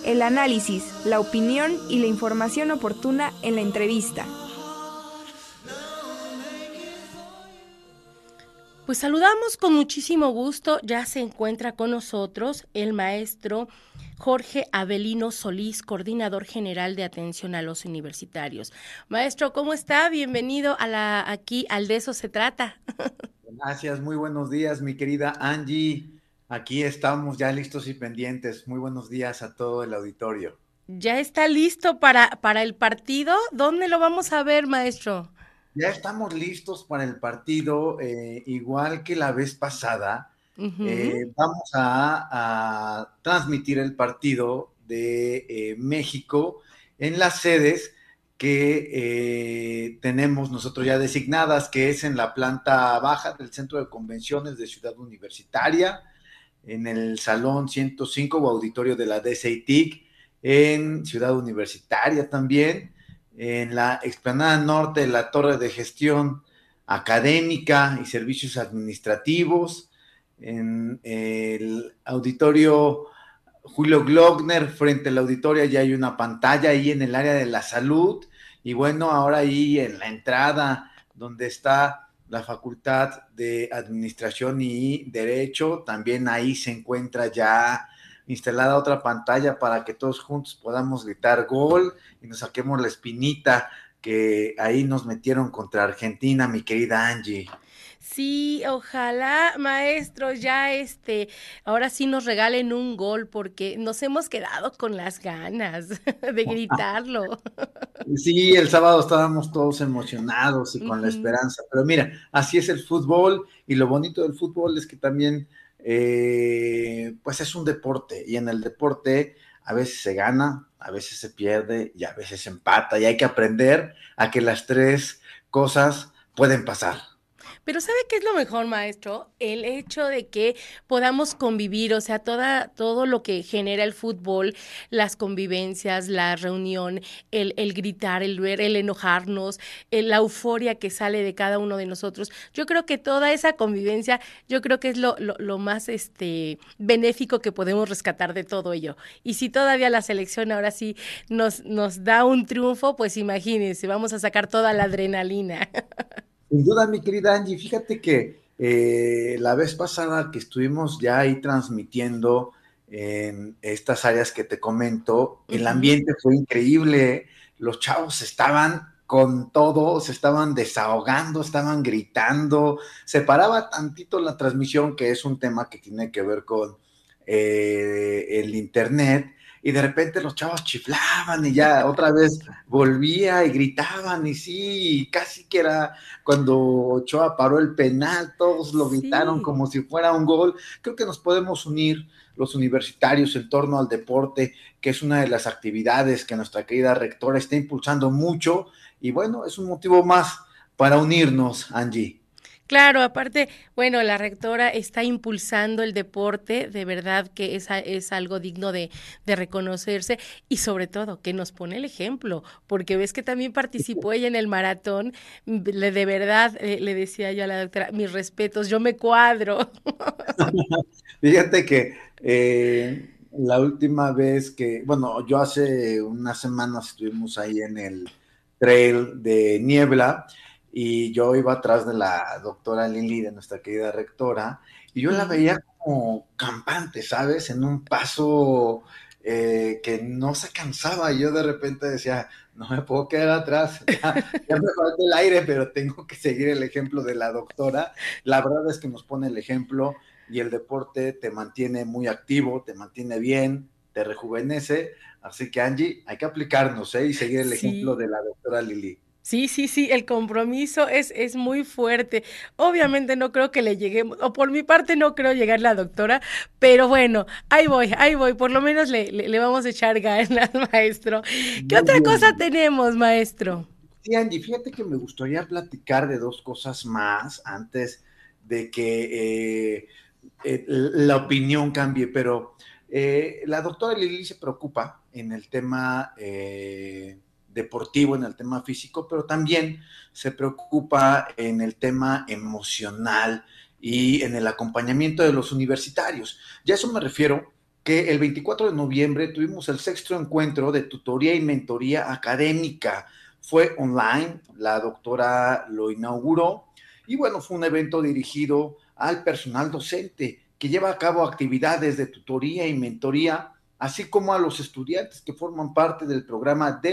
el análisis, la opinión y la información oportuna en la entrevista. Pues saludamos con muchísimo gusto, ya se encuentra con nosotros el maestro Jorge Avelino Solís, coordinador general de atención a los universitarios. Maestro, ¿cómo está? Bienvenido aquí al De Eso Se Trata. Gracias, muy buenos días, mi querida Angie. Aquí estamos ya listos y pendientes. Muy buenos días a todo el auditorio. ¿Ya está listo para el partido? ¿Dónde lo vamos a ver, maestro? Ya estamos listos para el partido, igual que la vez pasada. Ujú. Vamos a transmitir el partido de México en las sedes que tenemos nosotros ya designadas, que es en la planta baja del Centro de Convenciones de Ciudad Universitaria, en el Salón 105 o auditorio de la DCITIC, en Ciudad Universitaria también, en la explanada norte de la Torre de Gestión Académica y Servicios Administrativos, en el auditorio Julio Glockner, frente al auditorio ya hay una pantalla ahí en el área de la salud, y bueno, ahora ahí en la entrada donde está la Facultad de Administración y Derecho, también ahí se encuentra ya instalada otra pantalla para que todos juntos podamos gritar gol y nos saquemos la espinita que ahí nos metieron contra Argentina, mi querida Angie. Sí, ojalá, maestro, ya ahora sí nos regalen un gol porque nos hemos quedado con las ganas de gritarlo. Sí, el sábado estábamos todos emocionados y con la Ujú. esperanza, pero mira, así es el fútbol, y lo bonito del fútbol es que también, pues es un deporte, y en el deporte a veces se gana, a veces se pierde y a veces se empata, y hay que aprender a que las tres cosas pueden pasar. Pero ¿sabe qué es lo mejor, maestro? El hecho de que podamos convivir, o sea, todo lo que genera el fútbol, las convivencias, la reunión, el gritar, el ver, el enojarnos, la euforia que sale de cada uno de nosotros. Yo creo que toda esa convivencia, yo creo que es lo más benéfico que podemos rescatar de todo ello. Y si todavía la selección ahora sí nos da un triunfo, pues imagínense, vamos a sacar toda la adrenalina. Sin duda, mi querida Angie, fíjate que la vez pasada que estuvimos ya ahí transmitiendo en estas áreas que te comento, el Ujú. ambiente fue increíble, los chavos estaban con todo, se estaban desahogando, estaban gritando, se paraba tantito la transmisión, que es un tema que tiene que ver con el internet, y de repente los chavos chiflaban y ya otra vez volvía y gritaban, y sí, casi que era cuando Ochoa paró el penal, todos lo gritaron Sí. como si fuera un gol. Creo que nos podemos unir los universitarios en torno al deporte, que es una de las actividades que nuestra querida rectora está impulsando mucho, y bueno, es un motivo más para unirnos, Angie. Claro, aparte, bueno, la rectora está impulsando el deporte, de verdad que es algo digno de reconocerse y sobre todo que nos pone el ejemplo, porque ves que también participó ella en el maratón, de verdad, le decía yo a la doctora, mis respetos, yo me cuadro. Fíjate que la última vez que, bueno, yo hace unas semanas estuvimos ahí en el trail de Niebla, y yo iba atrás de la doctora Lili, de nuestra querida rectora, y yo la Ujú. veía como campante, ¿sabes? En un paso que no se cansaba, y yo de repente decía, no me puedo quedar atrás, ya me falta el aire, pero tengo que seguir el ejemplo de la doctora. La verdad es que nos pone el ejemplo, y el deporte te mantiene muy activo, te mantiene bien, te rejuvenece. Así que Angie, hay que aplicarnos, ¿eh? Y seguir el ejemplo Sí. de la doctora Lili. Sí, sí, sí, el compromiso es muy fuerte. Obviamente no creo que le lleguemos, o por mi parte no creo llegar la doctora, pero bueno, ahí voy, por lo menos le vamos a echar ganas, maestro. ¿Qué Muy otra bien, cosa Angie. tenemos, maestro? Sí, Angie, fíjate que me gustaría platicar de dos cosas más antes de que la opinión cambie, pero la doctora Lili se preocupa en el tema deportivo, en el tema físico, pero también se preocupa en el tema emocional y en el acompañamiento de los universitarios. Ya a eso me refiero que el 24 de noviembre tuvimos el sexto encuentro de tutoría y mentoría académica. Fue online, la doctora lo inauguró y bueno, fue un evento dirigido al personal docente que lleva a cabo actividades de tutoría y mentoría, así como a los estudiantes que forman parte del programa de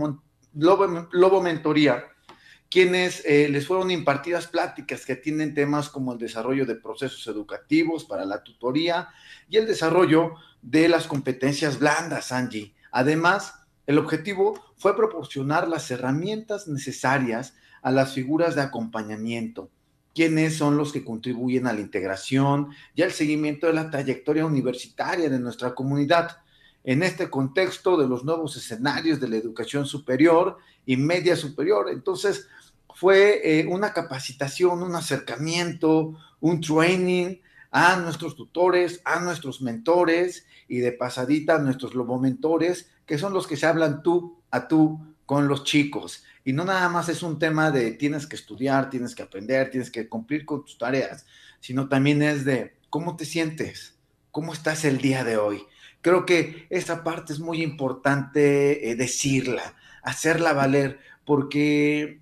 Lobo Mentoría, quienes les fueron impartidas pláticas que tienen temas como el desarrollo de procesos educativos para la tutoría y el desarrollo de las competencias blandas, Angie. Además, el objetivo fue proporcionar las herramientas necesarias a las figuras de acompañamiento, quienes son los que contribuyen a la integración y al seguimiento de la trayectoria universitaria de nuestra comunidad. En este contexto de los nuevos escenarios de la educación superior y media superior. Entonces, fue una capacitación, un acercamiento, un training a nuestros tutores, a nuestros mentores y de pasadita a nuestros lobomentores, que son los que se hablan tú a tú con los chicos. Y no nada más es un tema de tienes que estudiar, tienes que aprender, tienes que cumplir con tus tareas, sino también es de cómo te sientes, cómo estás el día de hoy. Creo que esa parte es muy importante decirla, hacerla valer, porque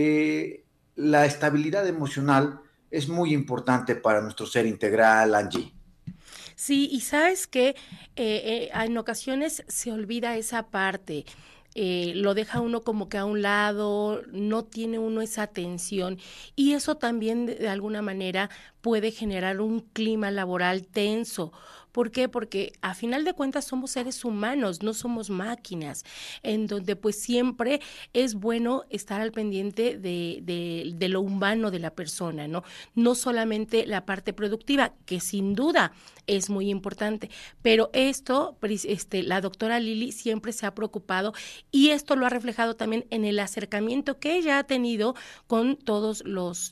la estabilidad emocional es muy importante para nuestro ser integral, Angie. Sí, y sabes que en ocasiones se olvida esa parte. Lo deja uno como que a un lado, no tiene uno esa atención y eso también de alguna manera puede generar un clima laboral tenso. ¿Por qué? Porque a final de cuentas somos seres humanos, no somos máquinas, en donde pues siempre es bueno estar al pendiente de lo humano de la persona, ¿no? No solamente la parte productiva, que sin duda es muy importante, pero la doctora Lili siempre se ha preocupado y esto lo ha reflejado también en el acercamiento que ella ha tenido con todos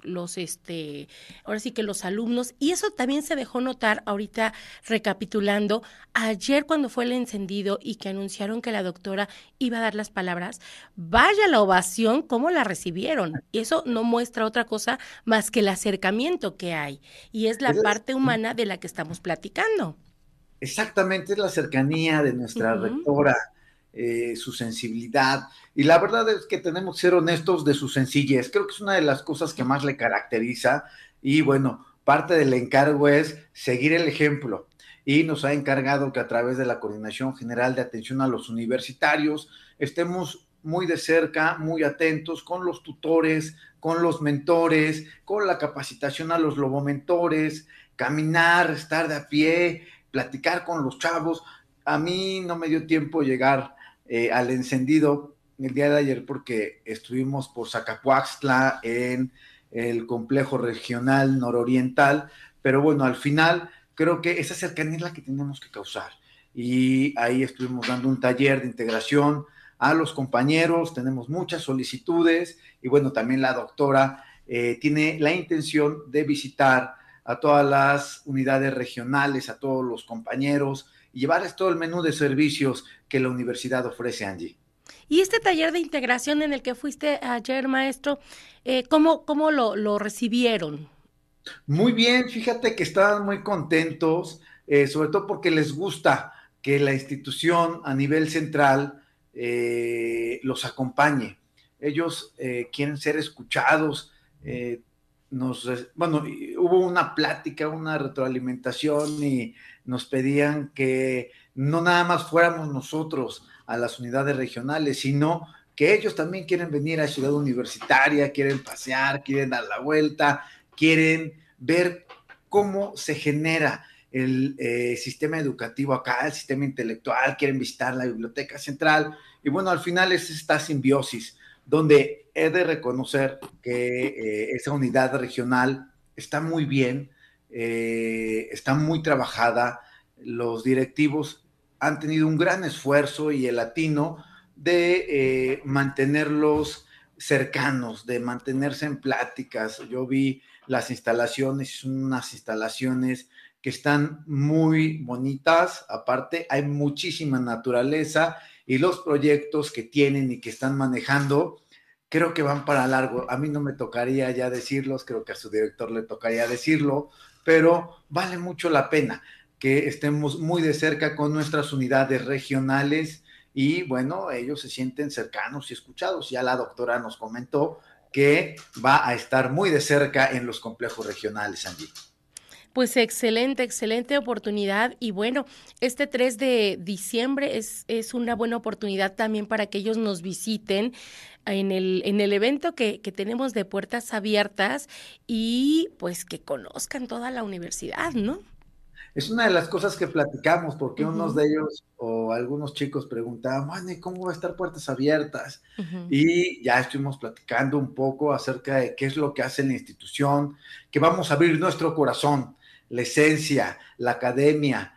ahora sí que los alumnos, y eso también se dejó notar ahorita recapitulando, ayer cuando fue el encendido y que anunciaron que la doctora iba a dar las palabras, vaya la ovación, cómo la recibieron, y eso no muestra otra cosa más que el acercamiento que hay, y es la parte humana de la que estamos platicando. Exactamente, es la cercanía de nuestra Ujú. rectora, su sensibilidad, y la verdad es que tenemos que ser honestos de su sencillez. Creo que es una de las cosas que más le caracteriza, y bueno, parte del encargo es seguir el ejemplo, y nos ha encargado que a través de la Coordinación General de Atención a los Universitarios estemos muy de cerca, muy atentos con los tutores, con los mentores, con la capacitación a los lobomentores, caminar, estar de a pie, platicar con los chavos. A mí no me dio tiempo llegar al encendido el día de ayer porque estuvimos por Zacapuaxtla en el complejo regional nororiental, pero bueno, al final creo que esa cercanía es la que tenemos que causar. Y ahí estuvimos dando un taller de integración a los compañeros, tenemos muchas solicitudes y bueno, también la doctora tiene la intención de visitar a todas las unidades regionales, a todos los compañeros y llevarles todo el menú de servicios que la universidad ofrece, Angie. Y este taller de integración en el que fuiste ayer, maestro, ¿cómo lo recibieron? Muy bien, fíjate que estaban muy contentos, sobre todo porque les gusta que la institución a nivel central los acompañe. Ellos quieren ser escuchados. eh, bueno, hubo una plática, una retroalimentación y nos pedían que no nada más fuéramos nosotros a las unidades regionales, sino que ellos también quieren venir a Ciudad Universitaria, quieren pasear, quieren dar la vuelta, quieren ver cómo se genera el sistema educativo acá, el sistema intelectual, quieren visitar la biblioteca central y bueno, al final es esta simbiosis donde he de reconocer que esa unidad regional está muy bien, está muy trabajada, los directivos han tenido un gran esfuerzo y el atino de mantenerlos cercanos, de mantenerse en pláticas. Yo vi las instalaciones, son unas instalaciones que están muy bonitas, aparte hay muchísima naturaleza y los proyectos que tienen y que están manejando, creo que van para largo. A mí no me tocaría ya decirlos, creo que a su director le tocaría decirlo, pero vale mucho la pena. que estemos muy de cerca con nuestras unidades regionales y bueno, ellos se sienten cercanos y escuchados. Ya la doctora nos comentó que va a estar muy de cerca en los complejos regionales, Angie. Pues excelente, excelente oportunidad. Y bueno, este 3 de diciembre es una buena oportunidad también para que ellos nos visiten en el evento que tenemos de puertas abiertas y pues que conozcan toda la universidad, ¿no? Es una de las cosas que platicamos, porque unos Ujú, de ellos o algunos chicos preguntaban, bueno, ¿y cómo va a estar puertas abiertas? ujú. Y ya estuvimos platicando un poco acerca de qué es lo que hace la institución, que vamos a abrir nuestro corazón, la esencia, la academia,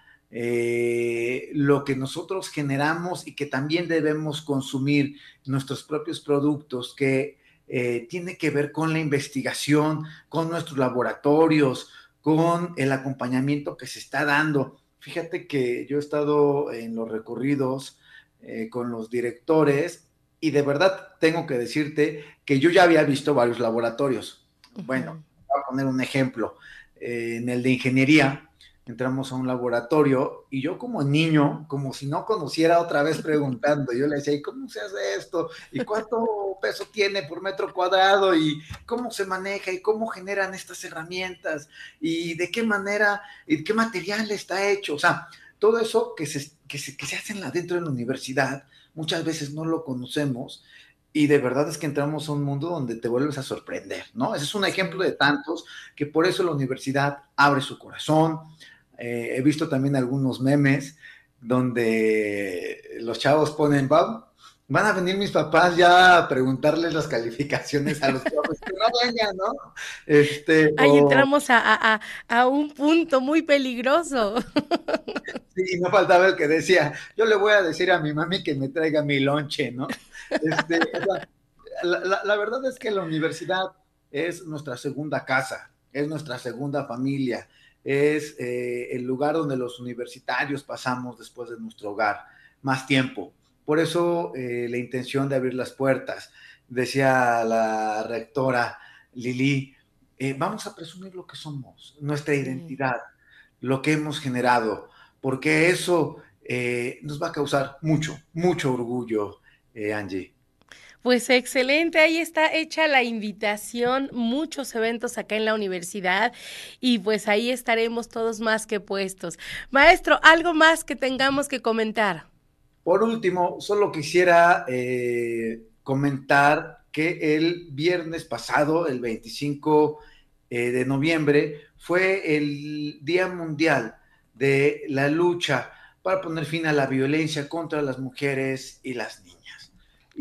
lo que nosotros generamos y que también debemos consumir nuestros propios productos, que tiene que ver con la investigación, con nuestros laboratorios, con el acompañamiento que se está dando. Fíjate que yo he estado en los recorridos con los directores y de verdad tengo que decirte que yo ya había visto varios laboratorios. Bueno, Ujú. voy a poner un ejemplo. En el de ingeniería, entramos a un laboratorio y yo como niño, como si no conociera otra vez preguntando, yo le decía, ¿y cómo se hace esto? ¿Y cuánto peso tiene por metro cuadrado? ¿Y cómo se maneja? ¿Y cómo generan estas herramientas? ¿Y de qué manera? ¿Y qué material está hecho? O sea, todo eso que se hace dentro de la universidad, muchas veces no lo conocemos y de verdad es que entramos a un mundo donde te vuelves a sorprender, ¿no? Ese es un ejemplo de Sí. tantos que por eso la universidad abre su corazón. He visto también algunos memes donde los chavos ponen, van a venir mis papás ya a preguntarles las calificaciones a los profes, que no vengan, ¿no? Ahí entramos a un punto muy peligroso. Sí, no faltaba el que decía, yo le voy a decir a mi mami que me traiga mi lonche, ¿no? O sea, la verdad es que la universidad es nuestra segunda casa, es nuestra segunda familia, es el lugar donde los universitarios pasamos después de nuestro hogar, más tiempo. Por eso la intención de abrir las puertas, decía la rectora Lili, vamos a presumir lo que somos, nuestra Sí. identidad, lo que hemos generado, porque eso nos va a causar mucho, mucho orgullo, Angie. Pues excelente, ahí está hecha la invitación, muchos eventos acá en la universidad y pues ahí estaremos todos más que puestos. Maestro, ¿algo más que tengamos que comentar? Por último, solo quisiera comentar que el viernes pasado, el 25 de noviembre, fue el Día Mundial de la lucha para poner fin a la violencia contra las mujeres y las niñas.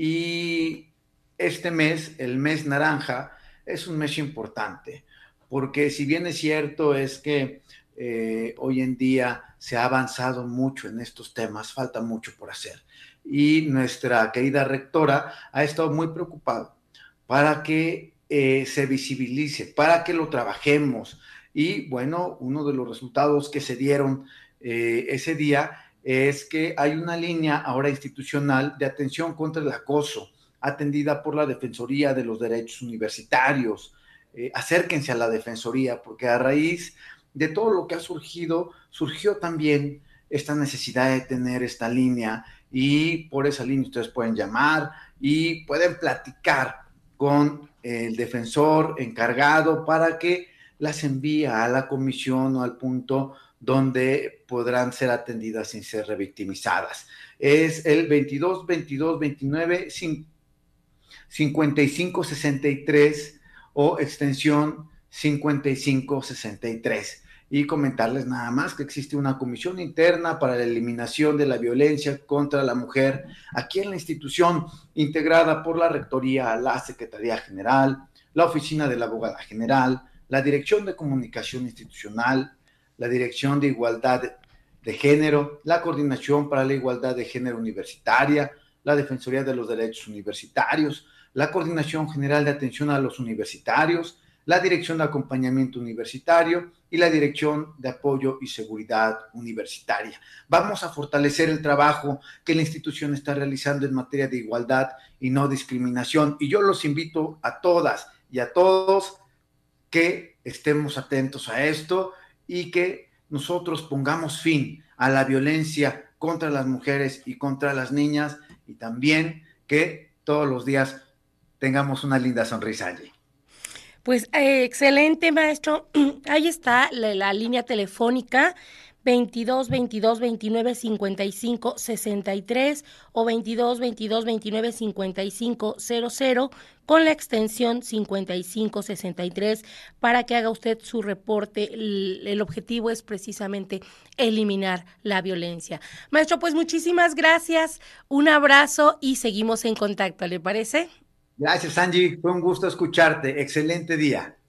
Y este mes, el mes naranja, es un mes importante, porque si bien es cierto es que hoy en día se ha avanzado mucho en estos temas, falta mucho por hacer. Y nuestra querida rectora ha estado muy preocupada para que se visibilice, para que lo trabajemos. Y bueno, uno de los resultados que se dieron ese día es que hay una línea ahora institucional de atención contra el acoso, atendida por la Defensoría de los Derechos Universitarios. Acérquense a la Defensoría, porque a raíz de todo lo que ha surgido, surgió también esta necesidad de tener esta línea y por esa línea ustedes pueden llamar y pueden platicar con el defensor encargado para que las envíe a la comisión o al punto donde podrán ser atendidas sin ser revictimizadas. Es el 22 22 29 55 63 o extensión 55 63. Y comentarles nada más que existe una comisión interna para la eliminación de la violencia contra la mujer aquí en la institución, integrada por la Rectoría, la Secretaría General, la Oficina de la Abogada General, la Dirección de Comunicación Institucional, la Dirección de Igualdad de Género, la Coordinación para la Igualdad de Género Universitaria, la Defensoría de los Derechos Universitarios, la Coordinación General de Atención a los Universitarios, la Dirección de Acompañamiento Universitario y la Dirección de Apoyo y Seguridad Universitaria. Vamos a fortalecer el trabajo que la institución está realizando en materia de igualdad y no discriminación. Y yo los invito a todas y a todos que estemos atentos a esto y que nosotros pongamos fin a la violencia contra las mujeres y contra las niñas, y también que todos los días tengamos una linda sonrisa allí. Pues excelente, maestro. Ahí está la línea telefónica 22 22 29 55 63 o 22 22 29 55 00 con la extensión 5563 para que haga usted su reporte. El objetivo es precisamente eliminar la violencia. Maestro, pues muchísimas gracias, un abrazo y seguimos en contacto, ¿le parece? Gracias, Angie. Fue un gusto escucharte. Excelente día.